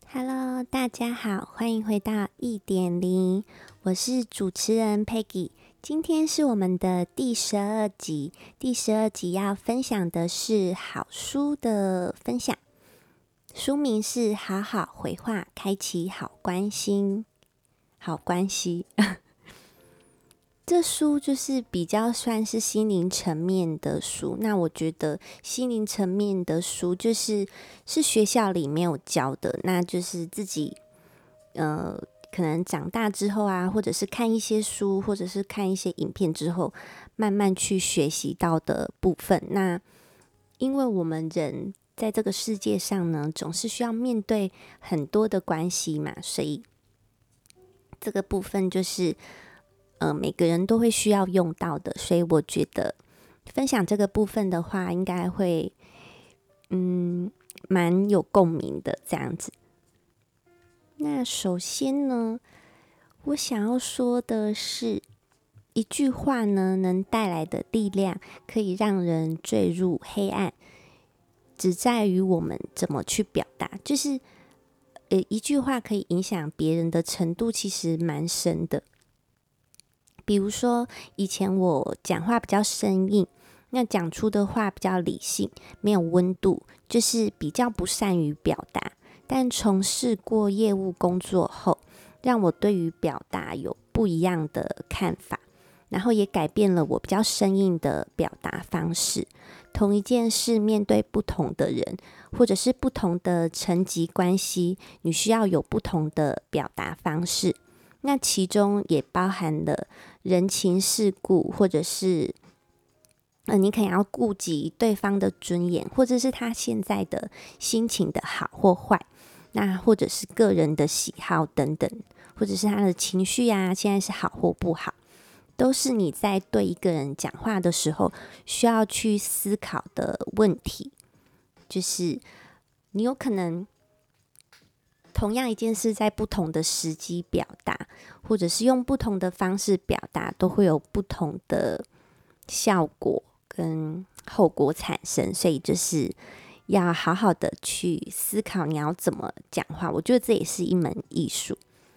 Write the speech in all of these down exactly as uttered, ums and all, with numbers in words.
Hello，大家好，欢迎回到一点零，我是主持人 Peggy。今天是我们的第十二集，第十二集要分享的是好书的分享，书名是《好好回话，开启好关心好关系》。这书就是比较算是心灵层面的书，那我觉得心灵层面的书就是是学校里没有教的，那就是自己呃可能长大之后啊，或者是看一些书，或者是看一些影片之后，慢慢去学习到的部分。那因为我们人在这个世界上呢，总是需要面对很多的关系嘛，所以这个部分就是呃，每个人都会需要用到的，所以我觉得分享这个部分的话，应该会嗯蛮有共鸣的这样子。那首先呢，我想要说的是，一句话呢能带来的力量，可以让人坠入黑暗，只在于我们怎么去表达。就是呃，一句话可以影响别人的程度，其实蛮深的。比如说，以前我讲话比较生硬，那讲出的话比较理性，没有温度，就是比较不善于表达。但从事过业务工作后，让我对于表达有不一样的看法，然后也改变了我比较生硬的表达方式。同一件事，面对不同的人，或者是不同的层级关系，你需要有不同的表达方式。那其中也包含了人情世故，或者是呃，你可能要顾及对方的尊严，或者是他现在的心情的好或坏，那或者是个人的喜好等等，或者是他的情绪啊，现在是好或不好，都是你在对一个人讲话的时候需要去思考的问题。就是你有可能同样一件事在不同的时机表达，或者是用不同的方式表达，都会有不同的效果跟后果产生，所以就是要好好的去思考你要怎么讲话。我觉得这也是一门艺术。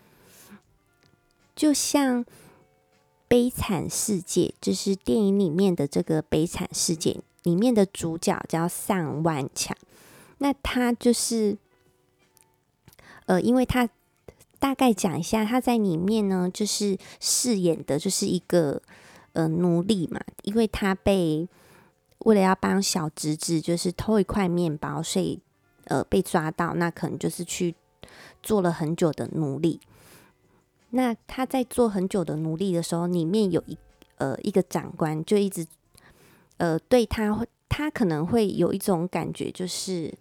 就像悲惨世界，就是电影里面的这个悲惨世界里面的主角叫尚万强，那他就是呃，因为他大概讲一下，他在里面呢，就是饰演的就是一个呃奴隶嘛，因为他被为了要帮小侄子就是偷一块面包，所以呃被抓到，那可能就是去做了很久的奴隶。那他在做很久的奴隶的时候，里面有一呃一个长官就一直呃对他，他可能会有一种感觉，就是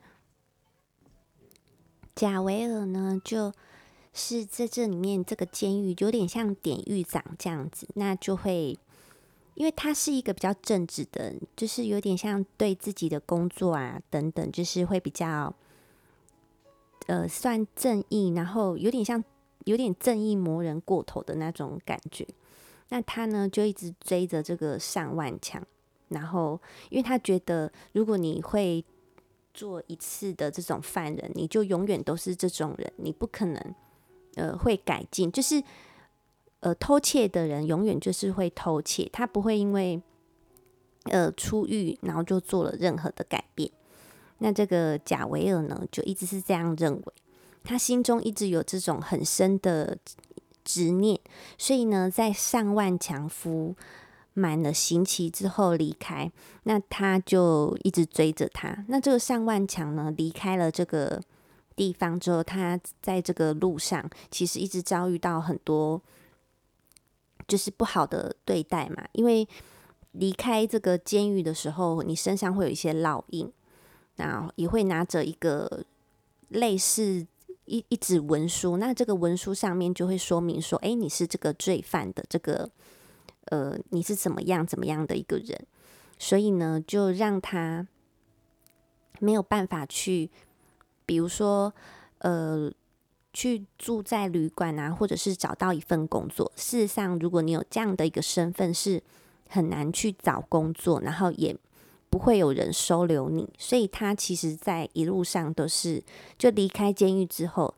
贾维尔呢，就是在这里面这个监狱有点像典狱长这样子，那就会因为他是一个比较正直的人，就是有点像对自己的工作啊等等，就是会比较呃算正义，然后有点像有点正义魔人过头的那种感觉。那他呢就一直追着这个上万强，然后因为他觉得如果你会做一次的这种犯人，你就永远都是这种人，你不可能呃会改进。就是呃偷窃的人永远就是会偷窃，他不会因为呃出狱然后就做了任何的改变。那这个贾维尔呢，就一直是这样认为，他心中一直有这种很深的执念，所以呢，在上万强服满了刑期之后离开，那他就一直追着他。那这个上万强呢，离开了这个地方之后，他在这个路上其实一直遭遇到很多就是不好的对待嘛，因为离开这个监狱的时候，你身上会有一些烙印，那也会拿着一个类似一一纸文书，那这个文书上面就会说明说，哎，你是这个罪犯的这个呃，你是怎么样怎么样的一个人，所以呢，就让他没有办法去，比如说呃，去住在旅馆啊，或者是找到一份工作。事实上，如果你有这样的一个身份，是很难去找工作，然后也不会有人收留你，所以他其实在一路上都是，就离开监狱之后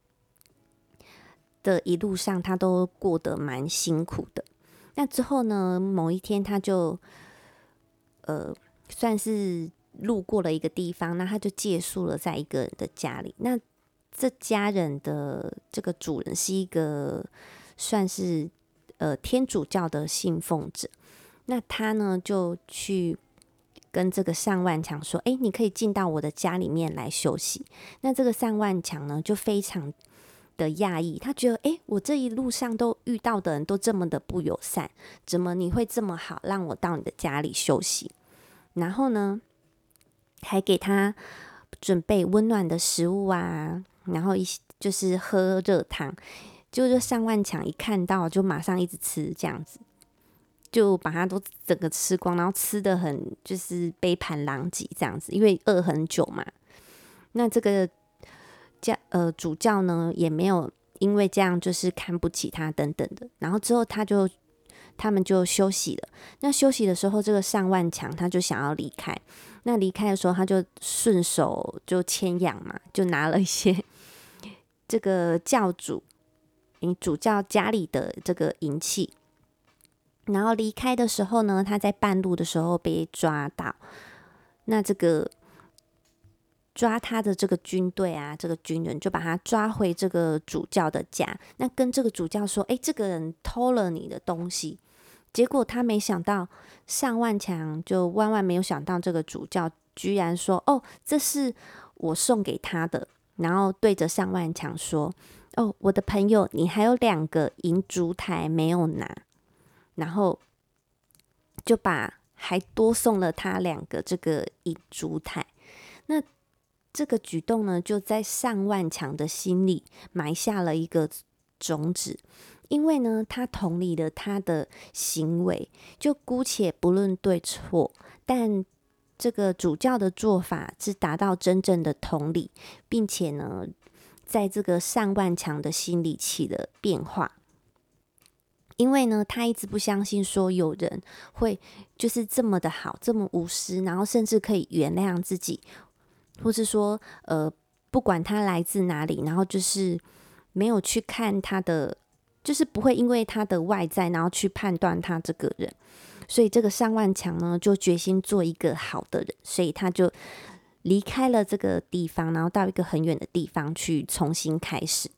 的一路上，他都过得蛮辛苦的。那之后呢，某一天他就呃算是路过了一个地方，那他就借宿了在一个人的家里。那这家人的这个主人是一个算是呃天主教的信奉者，那他呢就去跟这个上万强说：“哎，你可以进到我的家里面来休息。”那这个上万强呢就非常的讶异，他觉得：“哎，我这一路上都遇到的人都这么的不友善，怎么你会这么好，让我到你的家里休息？然后呢，还给他准备温暖的食物啊。”然后一就是喝热汤，就是上万强一看到就马上一直吃，这样子就把它都整个吃光，然后吃的很就是杯盘狼藉这样子，因为饿很久嘛。那这个教呃主教呢也没有因为这样就是看不起他等等的，然后之后他就他们就休息了。那休息的时候，这个上万强他就想要离开，那离开的时候他就顺手就牵羊嘛，就拿了一些这个教主主教家里的这个银器，然后离开的时候呢，他在半路的时候被抓到，那这个抓他的这个军队啊，这个军人就把他抓回这个主教的家，那跟这个主教说：“哎，这个人偷了你的东西。”结果他没想到，上万强就万万没有想到，这个主教居然说：“哦，这是我送给他的。”然后对着上万强说：“哦，我的朋友，你还有两个银烛台没有拿。”然后就把还多送了他两个这个银烛台。那这个举动呢，就在上万强的心里埋下了一个种子。因为呢，他同理了他的行为，就姑且不论对错，但这个主教的做法是达到真正的同理，并且呢，在这个上万强的心里起了变化。因为呢，他一直不相信说有人会就是这么的好，这么无私，然后甚至可以原谅自己，或是说，呃，不管他来自哪里，然后就是没有去看他的。就是不会因为他的外在，然后去判断他这个人，所以这个上万强呢，就决心做一个好的人，所以他就离开了这个地方，然后到一个很远的地方去重新开始。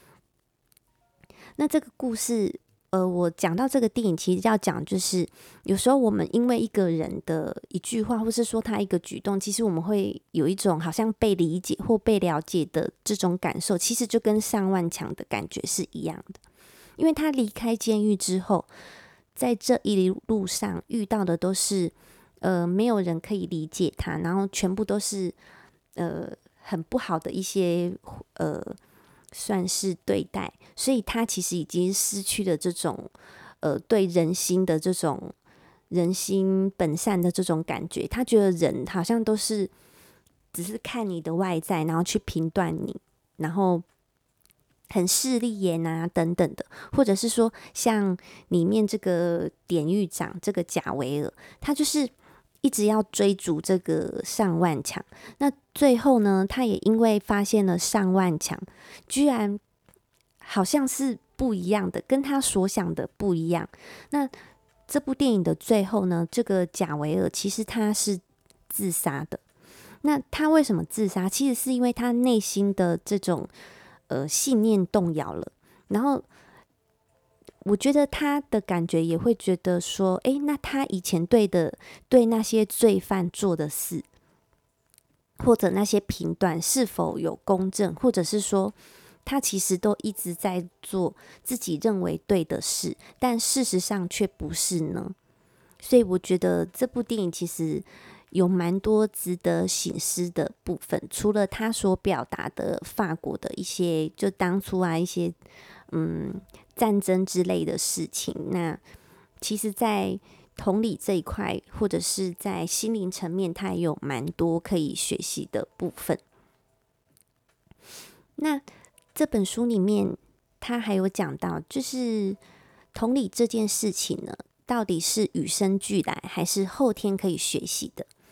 那这个故事，呃，我讲到这个电影，其实要讲就是有时候我们因为一个人的一句话，或是说他一个举动，其实我们会有一种好像被理解或被了解的这种感受，其实就跟上万强的感觉是一样的。因为他离开监狱之后，在这一路上遇到的都是呃没有人可以理解他，然后全部都是呃很不好的一些呃算是对待，所以他其实已经失去了这种呃对人心的这种人心本善的这种感觉。他觉得人好像都是只是看你的外在，然后去评断你，然后很势利眼啊等等的，或者是说像里面这个典狱长这个贾维尔，他就是一直要追逐这个上万强。那最后呢，他也因为发现了上万强居然好像是不一样的，跟他所想的不一样。那这部电影的最后呢，这个贾维尔其实他是自杀的。那他为什么自杀？其实是因为他内心的这种呃信念动摇了，然后我觉得他的感觉也会觉得说，诶，那他以前对的对那些罪犯做的事，或者那些评断是否有公正，或者是说他其实都一直在做自己认为对的事，但事实上却不是呢？所以我觉得这部电影其实有蛮多值得省思的部分，除了他所表达的法国的一些，就当初啊一些嗯战争之类的事情，那其实在同理这一块，或者是在心灵层面，它也有蛮多可以学习的部分。那这本书里面，他还有讲到，就是同理这件事情呢，到底是与生俱来，还是后天可以学习的？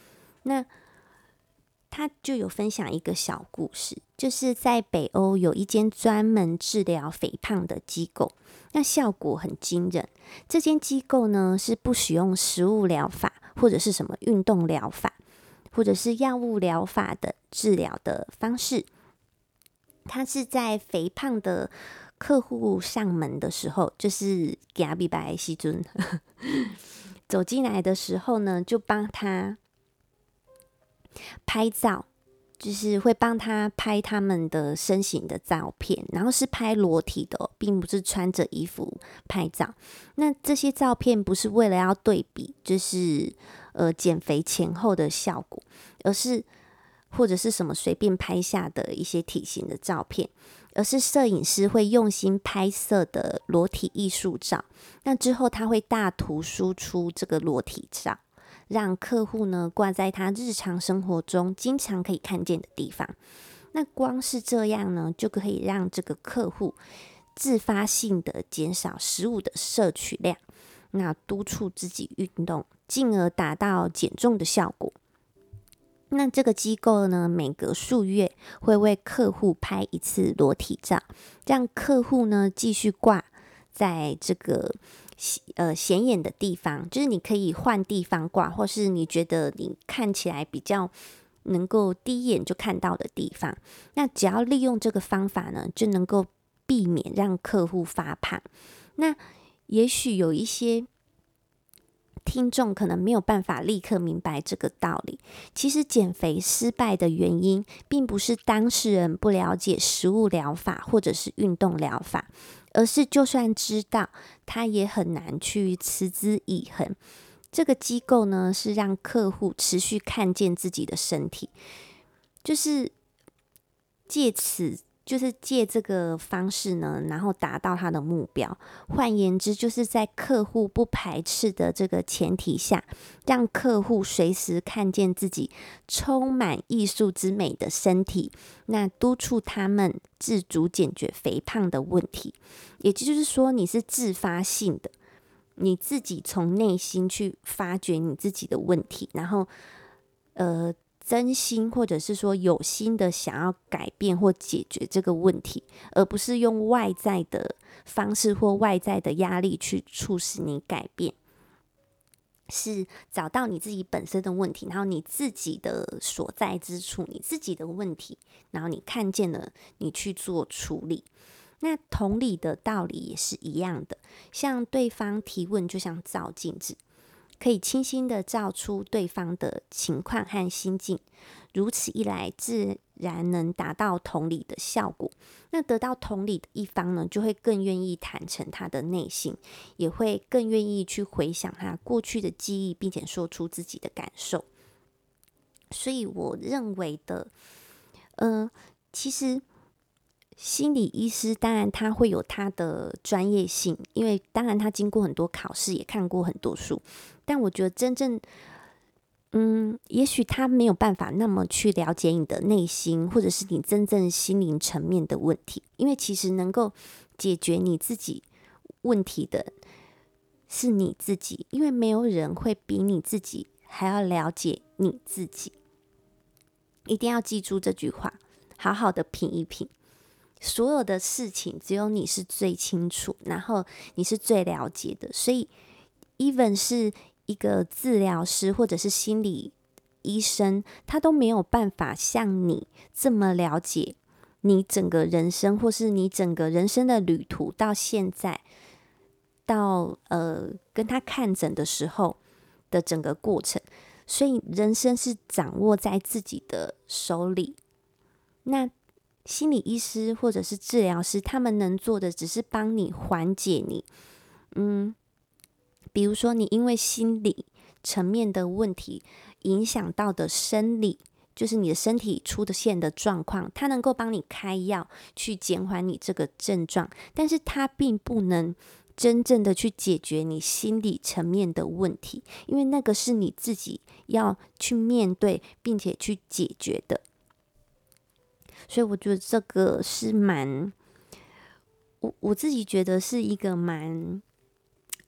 那他就有分享一个小故事，就是在北欧有一间专门治疗肥胖的机构，那效果很惊人。这间机构呢是不使用食物疗法或者是什么运动疗法或者是药物疗法的治疗的方式，它是在肥胖的客户上门的时候，就是给他比白西尊走进来的时候呢，就帮他拍照，就是会帮他拍他们的身形的照片，然后是拍裸体的哦，并不是穿着衣服拍照。那这些照片不是为了要对比，就是呃减肥前后的效果，而是或者是什么随便拍下的一些体型的照片，而是摄影师会用心拍摄的裸体艺术照。那之后他会大图输出这个裸体照，让客户呢挂在他日常生活中经常可以看见的地方。那光是这样呢，就可以让这个客户自发性的减少食物的摄取量，那督促自己运动，进而达到减重的效果。那这个机构呢，每隔数月会为客户拍一次裸体照，让客户呢继续挂在这个呃显眼的地方，就是你可以换地方挂，或是你觉得你看起来比较能够第一眼就看到的地方。那只要利用这个方法呢，就能够避免让客户发胖。那也许有一些听众可能没有办法立刻明白这个道理。其实减肥失败的原因，并不是当事人不了解食物疗法或者是运动疗法，而是就算知道，他也很难去持之以恒。这个机构呢，是让客户持续看见自己的身体，就是借此。就是借这个方式呢，然后达到他的目标。换言之，就是在客户不排斥的这个前提下，让客户随时看见自己充满艺术之美的身体，那督促他们自主解决肥胖的问题。也就是说，你是自发性的，你自己从内心去发掘你自己的问题，然后呃。真心或者是说有心的想要改变或解决这个问题，而不是用外在的方式或外在的压力去促使你改变，是找到你自己本身的问题，然后你自己的所在之处，你自己的问题，然后你看见了，你去做处理。那同理的道理也是一样的，向对方提问就像照镜子，可以清晰的照出对方的情况和心境，如此一来自然能达到同理的效果。那得到同理的一方呢，就会更愿意坦诚他的内心，也会更愿意去回想他过去的记忆，并且说出自己的感受。所以我认为的，呃，其实心理医师当然他会有他的专业性，因为当然他经过很多考试，也看过很多书，但我觉得真正嗯，也许他没有办法那么去了解你的内心，或者是你真正心灵层面的问题，因为其实能够解决你自己问题的是你自己，因为没有人会比你自己还要了解你自己。一定要记住这句话，好好的品一品。所有的事情只有你是最清楚，然后你是最了解的，所以 even 是一个治疗师或者是心理医生，他都没有办法像你这么了解你整个人生，或是你整个人生的旅途到现在到呃跟他看诊的时候的整个过程。所以人生是掌握在自己的手里。那心理医师或者是治疗师，他们能做的只是帮你缓解你，嗯，比如说你因为心理层面的问题影响到的生理，就是你的身体出的现的状况，他能够帮你开药去减缓你这个症状，但是他并不能真正的去解决你心理层面的问题，因为那个是你自己要去面对并且去解决的。所以我觉得这个是蛮，我我自己觉得是一个蛮，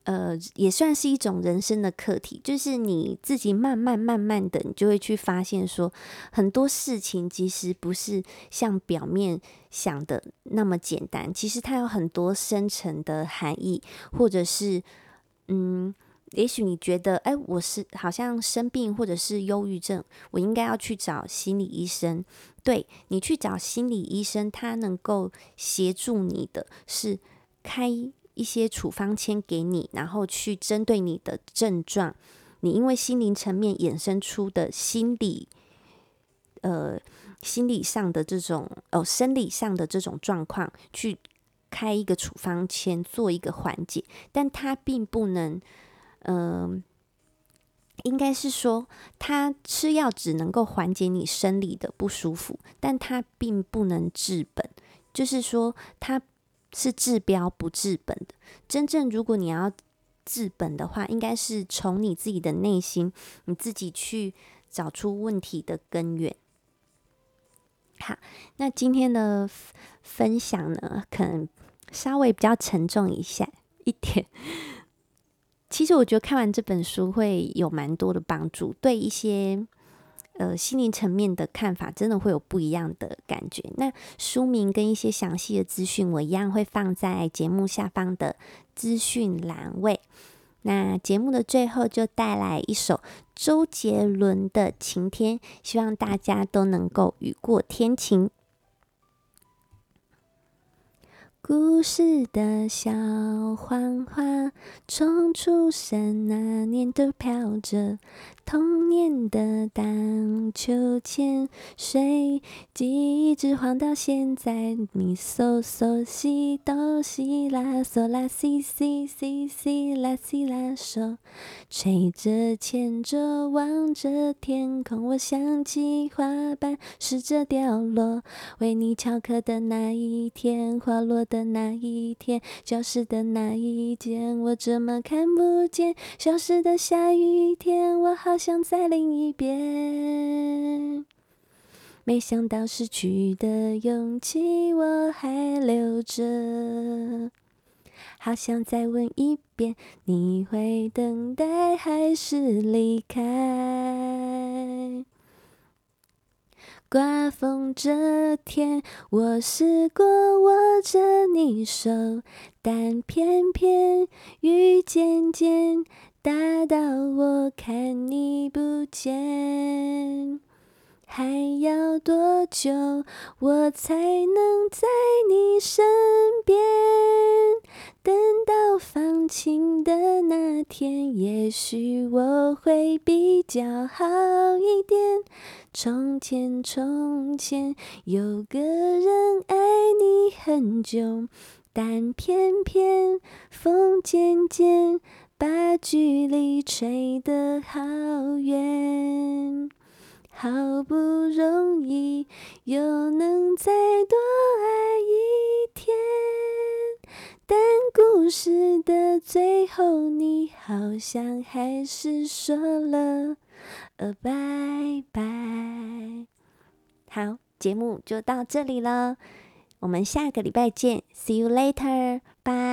呃，也算是一种人生的课题，就是你自己慢慢慢慢的，你就会去发现说，很多事情其实不是像表面想的那么简单，其实它有很多深层的含义，或者是，嗯，也许你觉得，哎，我是好像生病或者是忧郁症，我应该要去找心理医生。对，你去找心理医生，他能够协助你的是开一些处方签给你，然后去针对你的症状，你因为心灵层面衍生出的心理，呃，心理上的这种哦，生理上的这种状况，去开一个处方签，做一个缓解，但它并不能，嗯、呃。应该是说，它吃药只能够缓解你生理的不舒服，但它并不能治本。就是说，它是治标不治本的。真正如果你要治本的话，应该是从你自己的内心，你自己去找出问题的根源。好，那今天的分享呢，可能稍微比较沉重一下一点。其实我觉得看完这本书会有蛮多的帮助，对一些呃心灵层面的看法真的会有不一样的感觉。那书名跟一些详细的资讯，我一样会放在节目下方的资讯栏位。那节目的最后就带来一首周杰伦的《晴天》，希望大家都能够雨过天晴。故事的小黄花，从出生那年都飘着童年的荡秋千，随记忆一直晃到现在。咪嗦嗦西哆西拉嗦拉西西西西拉西拉嗦，吹着牵着望着天空，我想起花瓣试着掉落，为你翘课的那一天，花落的那一天，教室的那一间，我怎么看不见？消失的下雨天，我好想再淋一遍。没想到失去的勇气我还留着，好想再问一遍，你会等待还是离开？刮风这天，我试过握着你手，但偏偏雨渐渐大到我看你不见。还要多久我才能在你身边？等到放晴的那天，也许我会比较好一点。从前从前有个人爱你很久，但偏偏风渐渐把距离吹得好远。好不容易又能再多爱一天，但故事的最后，你好像还是说了呃拜拜。好，节目就到这里了，我们下个礼拜见 ，See you later，拜。